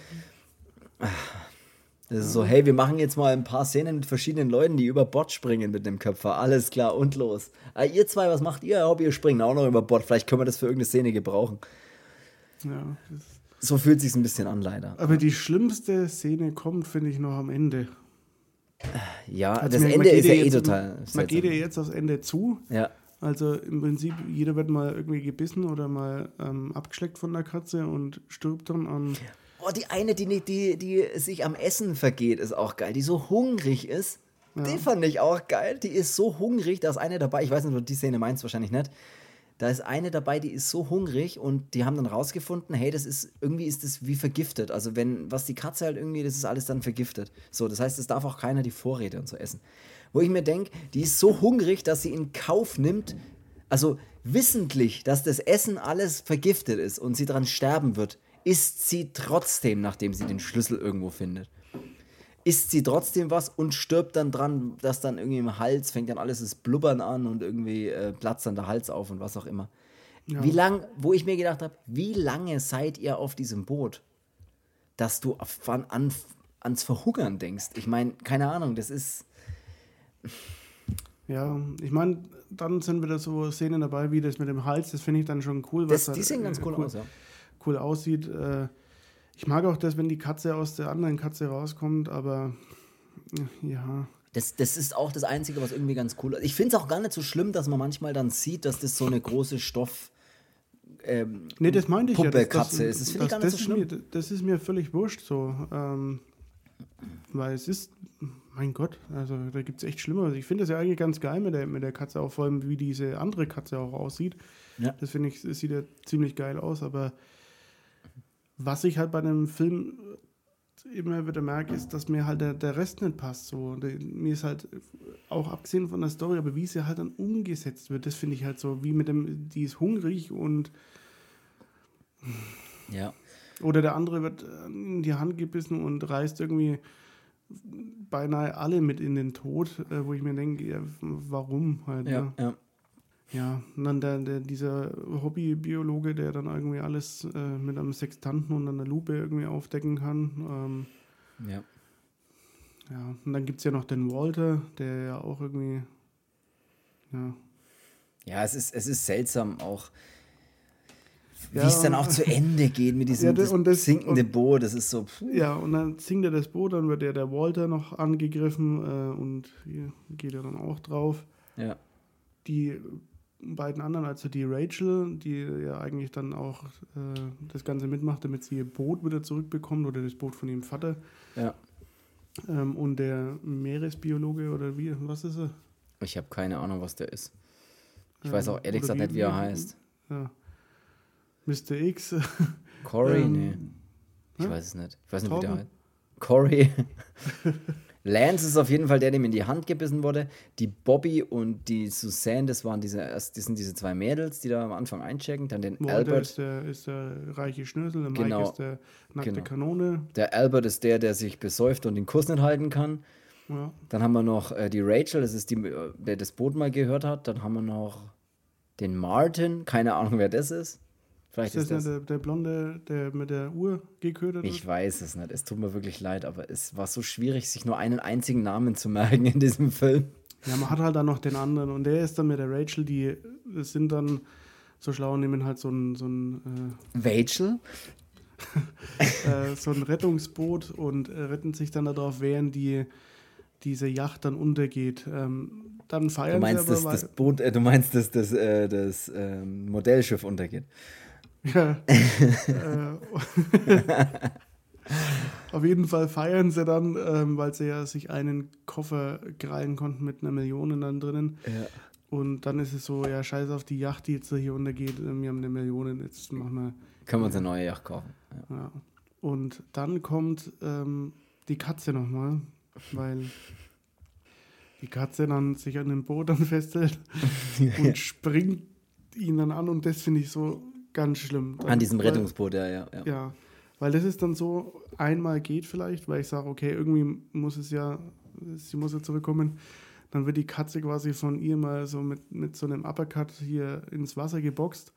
Das ist so, hey, wir machen jetzt mal ein paar Szenen mit verschiedenen Leuten, die über Bord springen mit dem Köpfer. Alles klar, und los. Ihr 2, was macht ihr? Ja, ihr springt auch noch über Bord. Vielleicht können wir das für irgendeine Szene gebrauchen. Ja. So fühlt es sich ein bisschen an, leider. Aber die schlimmste Szene kommt, finde ich, noch am Ende. Ja, also das Ende ist ja total seltsam. Man geht ja jetzt aufs Ende zu. Ja. Also im Prinzip, jeder wird mal irgendwie gebissen oder mal abgeschleckt von der Katze und stirbt dann an... Oh, die eine, die sich am Essen vergeht, ist auch geil. Die so hungrig ist. Ja. Die fand ich auch geil. Die ist so hungrig, da ist eine dabei, ich weiß nicht, ob du die Szene meinst, wahrscheinlich nicht. Da ist eine dabei, die ist so hungrig, und die haben dann rausgefunden, hey, das ist wie vergiftet. Also was die Katze halt irgendwie, das ist alles dann vergiftet. So, das heißt, es darf auch keiner die Vorräte und so essen. Wo ich mir denke, die ist so hungrig, dass sie in Kauf nimmt, also wissentlich, dass das Essen alles vergiftet ist und sie dran sterben wird, isst sie trotzdem, nachdem sie den Schlüssel irgendwo findet. Isst sie trotzdem was und stirbt dann dran, dass dann irgendwie im Hals fängt dann alles das Blubbern an und irgendwie platzt dann der Hals auf und was auch immer. Ja. Wo ich mir gedacht habe, wie lange seid ihr auf diesem Boot? dass du ans Verhungern denkst. Ich meine, keine Ahnung, das ist... Ja, ich meine, dann sind wieder so Szenen dabei, wie das mit dem Hals, das finde ich dann schon cool. Die sehen ganz cool aus, ja. Cool aussieht. Ich mag auch das, wenn die Katze aus der anderen Katze rauskommt, aber ja... Das ist auch das Einzige, was irgendwie ganz cool ist. Ich finde es auch gar nicht so schlimm, dass man manchmal dann sieht, dass das so eine große Stoff nee, das meinte ich Puppe-Katze ist. Das finde ich gar nicht so schlimm. Das ist mir völlig wurscht so. Weil es ist, mein Gott, also da gibt es echt Schlimmeres. Ich finde das ja eigentlich ganz geil mit der Katze, auch vor allem wie diese andere Katze auch aussieht. Ja. Das finde ich, das sieht ja ziemlich geil aus, aber was ich halt bei einem Film immer wieder merke, ist, dass mir halt der Rest nicht passt. So. Mir ist halt, auch abgesehen von der Story, aber wie sie halt dann umgesetzt wird, das finde ich halt so, wie mit dem, die ist hungrig und ja. Oder der andere wird in die Hand gebissen und reißt irgendwie beinahe alle mit in den Tod, wo ich mir denke, ja, warum halt. Ja, ne? ja. Ja, und dann dieser Hobbybiologe, der dann irgendwie alles mit einem Sextanten und einer Lupe irgendwie aufdecken kann. Ja. Ja, und dann gibt es ja noch den Walter, der ja auch irgendwie, ja. Ja, es ist seltsam auch, wie es dann auch zu Ende geht mit diesem sinkende Boot. Das ist so... Ja, und dann sinkt er das Boot, dann wird der Walter noch angegriffen und hier geht er dann auch drauf. Ja. Die beiden anderen, also die Rachel, die ja eigentlich dann auch das Ganze mitmacht, damit sie ihr Boot wieder zurückbekommt oder das Boot von ihrem Vater. Ja. Und der Meeresbiologe oder wie, was ist er? Ich habe keine Ahnung, was der ist. Ich weiß auch ehrlich gesagt nicht, wie er heißt. Ja. Mr. X. Corey? Nee. Ich weiß es nicht. Ich weiß nicht, wie der heißt. Corey. Lance ist auf jeden Fall der, dem in die Hand gebissen wurde. Die Bobby und die Suzanne, das sind diese zwei Mädels, die da am Anfang einchecken. Dann den Albert. Ist der reiche Schnösel, der Mike ist der nackte Kanone. Der Albert ist der sich besäuft und den Kuss nicht halten kann. Ja. Dann haben wir noch die Rachel, das ist die, der das Boot mal gehört hat. Dann haben wir noch den Martin, keine Ahnung, wer das ist. Vielleicht ist das der Blonde, der mit der Uhr geködert wird? Ich weiß es nicht. Es tut mir wirklich leid, aber es war so schwierig, sich nur einen einzigen Namen zu merken in diesem Film. Ja, man hat halt dann noch den anderen und der ist dann mit der Rachel, die sind dann so schlau und nehmen halt so ein Rachel? so ein Rettungsboot und retten sich dann darauf, während diese Yacht dann untergeht. Dann feiern du meinst, dass das Modellschiff untergeht. Ja. Auf jeden Fall feiern sie dann, weil sie ja sich einen Koffer krallen konnten mit einer Million dann drinnen. Ja. Und dann ist es so, ja, scheiß auf die Yacht, die jetzt hier untergeht. Wir haben eine Million, jetzt machen wir... Können wir uns eine neue Yacht kaufen. Ja. Und dann kommt die Katze nochmal, weil die Katze dann sich an dem Boot dann festhält und springt ihn dann an und das finde ich so ganz schlimm. An diesem Rettungsboot, ja. Ja, weil das ist dann so, einmal geht vielleicht, weil ich sage, okay, irgendwie muss sie muss ja zurückkommen. Dann wird die Katze quasi von ihr mal so mit so einem Uppercut hier ins Wasser geboxt.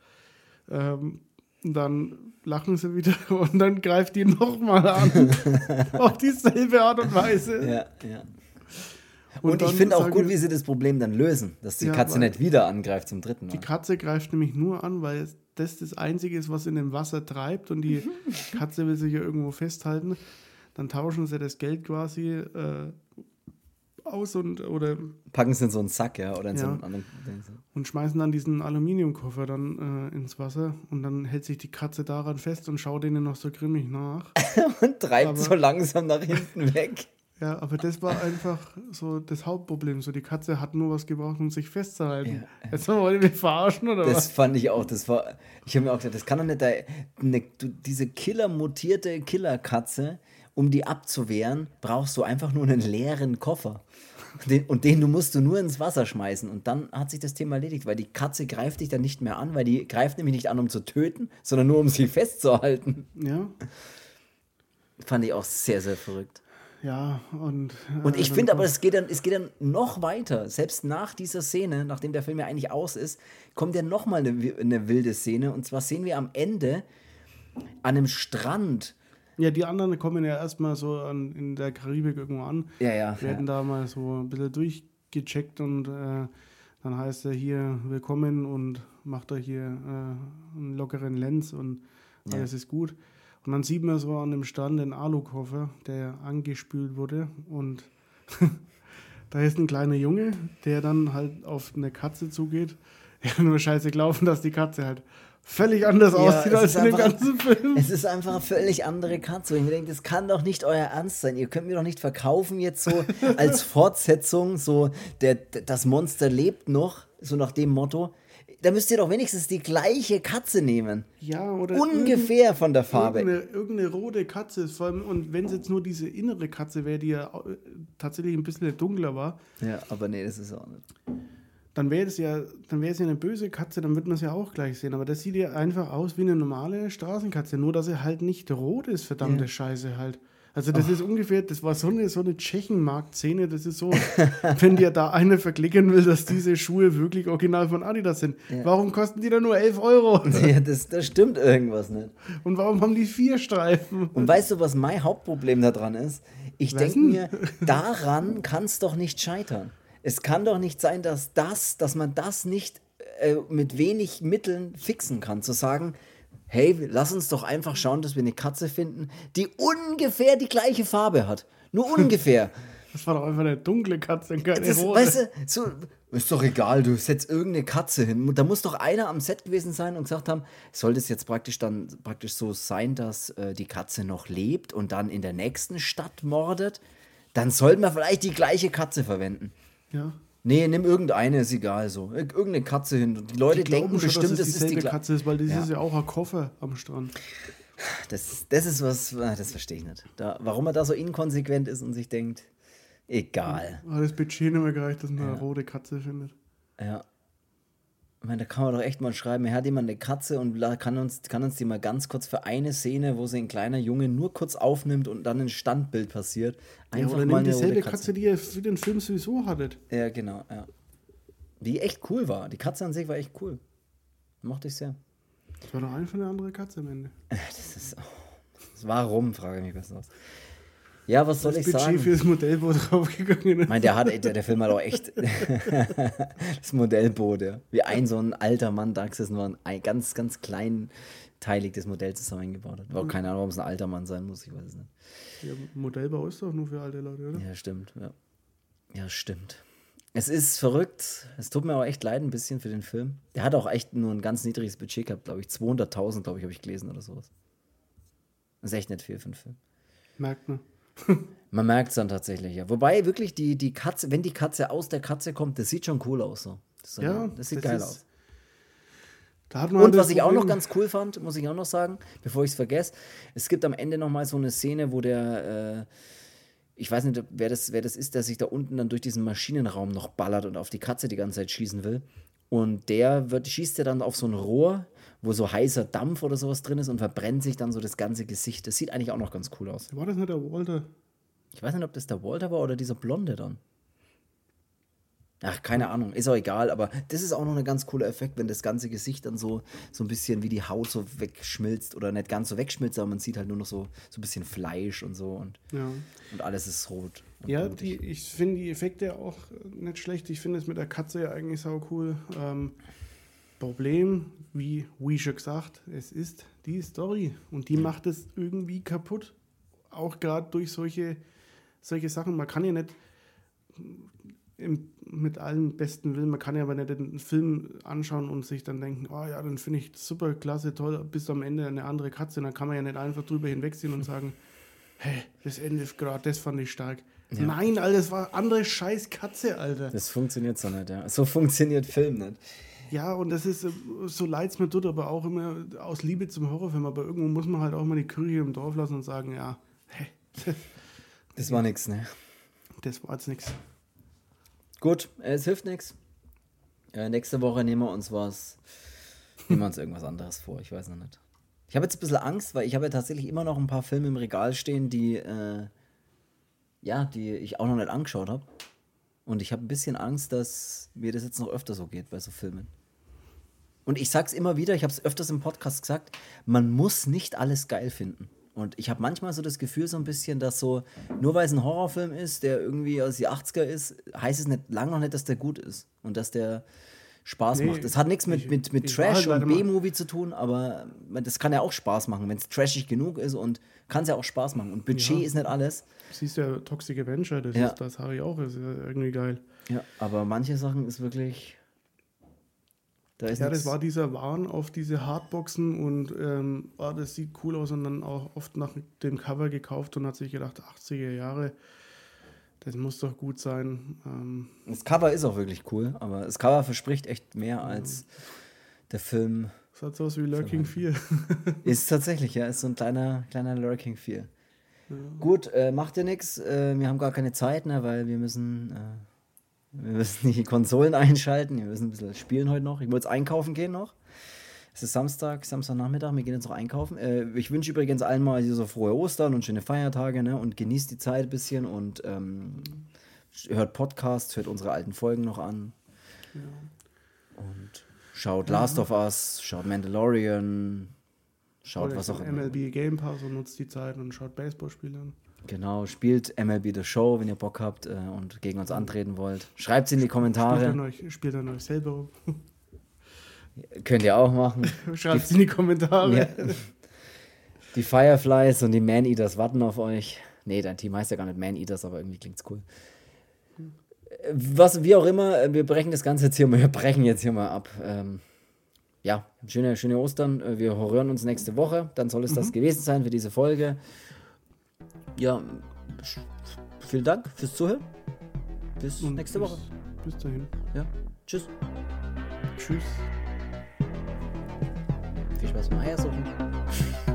Dann lachen sie wieder und dann greift die nochmal an. Auf dieselbe Art und Weise. Ja. Und ich finde auch gut, wie sie das Problem dann lösen, dass die Katze nicht wieder angreift zum dritten Mal. Die Katze greift nämlich nur an, weil das Einzige ist, was in dem Wasser treibt und die Katze will sich ja irgendwo festhalten. Dann tauschen sie das Geld quasi aus oder packen es in so einen Sack, ja, oder in so einen anderen. Und schmeißen dann diesen Aluminiumkoffer dann ins Wasser und dann hält sich die Katze daran fest und schaut denen noch so grimmig nach. Und treibt so langsam nach hinten weg. Ja, aber das war einfach so das Hauptproblem. So, die Katze hat nur was gebraucht, um sich festzuhalten. Ja. Jetzt wollen wir verarschen, oder was? Das fand ich auch. Ich habe mir auch gedacht, das kann doch nicht diese mutierte Killerkatze, um die abzuwehren, brauchst du einfach nur einen leeren Koffer. Den musst du nur ins Wasser schmeißen. Und dann hat sich das Thema erledigt, weil die Katze greift dich dann nicht mehr an, weil die greift nämlich nicht an, um zu töten, sondern nur, um sie festzuhalten. Ja. Fand ich auch sehr, sehr verrückt. Ja, und ich finde aber, es geht dann noch weiter. Selbst nach dieser Szene, nachdem der Film ja eigentlich aus ist, kommt ja nochmal eine wilde Szene. Und zwar sehen wir am Ende an einem Strand Ja, die anderen kommen ja erstmal so in der Karibik irgendwo an. Werden da mal so ein bisschen durchgecheckt und dann heißt er hier willkommen und macht er hier einen lockeren Lenz und alles ist gut. Und dann sieht man so an dem Stand den Alukoffer, der angespült wurde und da ist ein kleiner Junge, der dann halt auf eine Katze zugeht. Ja, nur scheiße glauben, dass die Katze halt völlig anders aussieht als in dem ganzen Film. Es ist einfach eine völlig andere Katze. Und ich mir denke, das kann doch nicht euer Ernst sein. Ihr könnt mir doch nicht verkaufen jetzt so als Fortsetzung, so das Monster lebt noch, so nach dem Motto. Da müsst ihr doch wenigstens die gleiche Katze nehmen. Ja, oder ungefähr von der Farbe. Irgendeine rote Katze. Vor allem, und wenn es jetzt nur diese innere Katze wäre, die ja tatsächlich ein bisschen dunkler war. Ja, aber nee, das ist auch nicht. Dann wäre es ja eine böse Katze, dann wird man es ja auch gleich sehen. Aber das sieht ja einfach aus wie eine normale Straßenkatze. Nur, dass sie halt nicht rot ist, verdammte Scheiße halt. Also das ist ungefähr, das war so eine Tschechenmarkt-Szene, das ist so, wenn dir da einer verklicken will, dass diese Schuhe wirklich original von Adidas sind. Ja. Warum kosten die dann nur 11 €? Ja, das stimmt irgendwas nicht. Und warum haben die 4 Streifen? Und weißt du, was mein Hauptproblem daran ist? Ich denke mir, daran kann es doch nicht scheitern. Es kann doch nicht sein, dass man das nicht mit wenig Mitteln fixen kann. Zu sagen, hey, lass uns doch einfach schauen, dass wir eine Katze finden, die ungefähr die gleiche Farbe hat. Nur ungefähr. Das war doch einfach eine dunkle Katze und keine rote. Weißt du, so, ist doch egal, du setzt irgendeine Katze hin. Da muss doch einer am Set gewesen sein und gesagt haben, soll das jetzt praktisch so sein, dass die Katze noch lebt und dann in der nächsten Stadt mordet? Dann sollten wir vielleicht die gleiche Katze verwenden. Ja. Nee, nimm irgendeine, ist egal so. Irgendeine Katze hin. Und die Leute denken bestimmt, dass es dieselbe Katze ist, weil das ist ja auch ein Koffer am Strand. Das ist was, das verstehe ich nicht. Warum er da so inkonsequent ist und sich denkt, egal. Hat das Budget nicht mehr gereicht, dass man eine rote Katze findet. Ja. Ich meine, da kann man doch echt mal schreiben, er hat jemand eine Katze und kann uns die mal ganz kurz für eine Szene, wo sie ein kleiner Junge nur kurz aufnimmt und dann ein Standbild passiert. Einfach oder mal eine dieselbe Katze, die ihr für den Film sowieso hattet. Ja, genau, ja. Die echt cool war. Die Katze an sich war echt cool. Mochte ich sehr. Das war doch einfach eine andere Katze am Ende. Warum, frage ich mich besser aus. Ja, was soll ich sagen? Das Budget für das Modellboot draufgegangen ist. Ich meine, der Film hat auch echt das Modellboot, ja. Wie so ein alter Mann da gesessen war und ein ganz, ganz kleinteilig das Modell zusammengebaut hat. War auch keine Ahnung, warum es ein alter Mann sein muss, ich weiß es nicht. Ja, Modellbau ist doch nur für alte Leute, oder? Ja, stimmt, ja. Ja, stimmt. Es ist verrückt. Es tut mir auch echt leid ein bisschen für den Film. Der hat auch echt nur ein ganz niedriges Budget gehabt, glaube ich. 200.000, glaube ich, habe ich gelesen oder sowas. Das ist echt nicht viel für einen Film. Merkt man. Man merkt es dann tatsächlich, ja. Wobei wirklich die Katze, wenn die Katze aus der Katze kommt, das sieht schon cool aus. So. Das sieht geil aus. Und was ich auch noch ganz cool fand, muss ich auch noch sagen, bevor ich es vergesse, es gibt am Ende nochmal so eine Szene, wo der, ich weiß nicht, wer das ist, der sich da unten dann durch diesen Maschinenraum noch ballert und auf die Katze die ganze Zeit schießen will. Und schießt er dann auf so ein Rohr, wo so heißer Dampf oder sowas drin ist und verbrennt sich dann so das ganze Gesicht. Das sieht eigentlich auch noch ganz cool aus. War das nicht der Walter? Ich weiß nicht, ob das der Walter war oder dieser Blonde dann. Ach, keine Ahnung, ist auch egal, aber das ist auch noch ein ganz cooler Effekt, wenn das ganze Gesicht dann so ein bisschen wie die Haut so wegschmilzt oder nicht ganz so wegschmilzt, aber man sieht halt nur noch so ein bisschen Fleisch und so und alles ist rot. Ja, ich finde die Effekte auch nicht schlecht. Ich finde es mit der Katze ja eigentlich sau cool. Problem, wie schon gesagt, es ist die Story und die macht es irgendwie kaputt. Auch gerade durch solche Sachen. Man kann ja nicht mit allen besten Willen, man kann ja aber nicht den Film anschauen und sich dann denken, oh ja, dann finde ich super, klasse, toll, bis am Ende eine andere Katze. Dann kann man ja nicht einfach drüber hinwegsehen und sagen, hey, das Ende gerade, das fand ich stark. Ja. Nein, Alter, das war andere scheiß Katze, Alter. Das funktioniert so nicht, ja. So funktioniert Film nicht. Ja, und das ist, so leid es mir tut, aber auch immer aus Liebe zum Horrorfilm. Aber irgendwo muss man halt auch mal die Kirche im Dorf lassen und sagen, ja, hey. Das war nix, ne? Das war jetzt nix. Gut, es hilft nichts. Nächste Woche nehmen wir uns irgendwas anderes vor, ich weiß noch nicht. Ich habe jetzt ein bisschen Angst, weil ich habe ja tatsächlich immer noch ein paar Filme im Regal stehen, die ich auch noch nicht angeschaut habe. Und ich habe ein bisschen Angst, dass mir das jetzt noch öfter so geht bei so Filmen. Und ich sag's immer wieder, ich habe es öfters im Podcast gesagt, man muss nicht alles geil finden. Und ich habe manchmal so das Gefühl so ein bisschen, dass so, nur weil es ein Horrorfilm ist, der irgendwie aus die 80er ist, heißt es lange noch nicht, dass der gut ist und dass der Spaß macht. Das hat nichts mit Trash und B-Movie zu tun, aber das kann ja auch Spaß machen, wenn es trashig genug ist und kann es ja auch Spaß machen. Und Budget ist nicht alles. Siehst du ja Toxic Avenger, das habe ich auch, das ist ja irgendwie geil. Ja, aber manche Sachen ist wirklich... das war dieser Wahn auf diese Hardboxen und das sieht cool aus und dann auch oft nach dem Cover gekauft und hat sich gedacht, 80er Jahre, das muss doch gut sein. Das Cover ist auch wirklich cool, aber das Cover verspricht echt mehr als der Film. Das hat sowas wie Lurking 4. Ist tatsächlich, ja, ist so ein kleiner Lurking 4. Ja. Gut, macht ja nichts, wir haben gar keine Zeit, ne, weil wir müssen die Konsolen einschalten, wir müssen ein bisschen spielen heute noch. Ich muss jetzt einkaufen gehen noch. Es ist Samstagnachmittag, wir gehen jetzt noch einkaufen. Ich wünsche übrigens allen mal so frohe Ostern und schöne Feiertage, ne? Und genießt die Zeit ein bisschen und hört Podcasts, hört unsere alten Folgen noch an. Ja. Und schaut Last of Us, schaut Mandalorian, schaut was auch immer. MLB Game Pass und nutzt die Zeit und schaut Baseballspiele an. Genau, spielt MLB The Show, wenn ihr Bock habt und gegen uns antreten wollt. Schreibt es in die Kommentare. Spielt dann euch selber. Könnt ihr auch machen. Schreibt es in die Kommentare. Ja. Die Fireflies und die Man-Eaters warten auf euch. Nee, dein Team heißt ja gar nicht Man-Eaters, aber irgendwie klingt's cool. Wie auch immer, wir brechen das Ganze jetzt hier mal ab. Ja, schöne Ostern. Wir hören uns nächste Woche. Dann soll es das gewesen sein für diese Folge. Ja, vielen Dank fürs Zuhören. Bis nächste Woche. Bis dahin. Ja, tschüss. Tschüss. Viel Spaß beim Eiersuchen.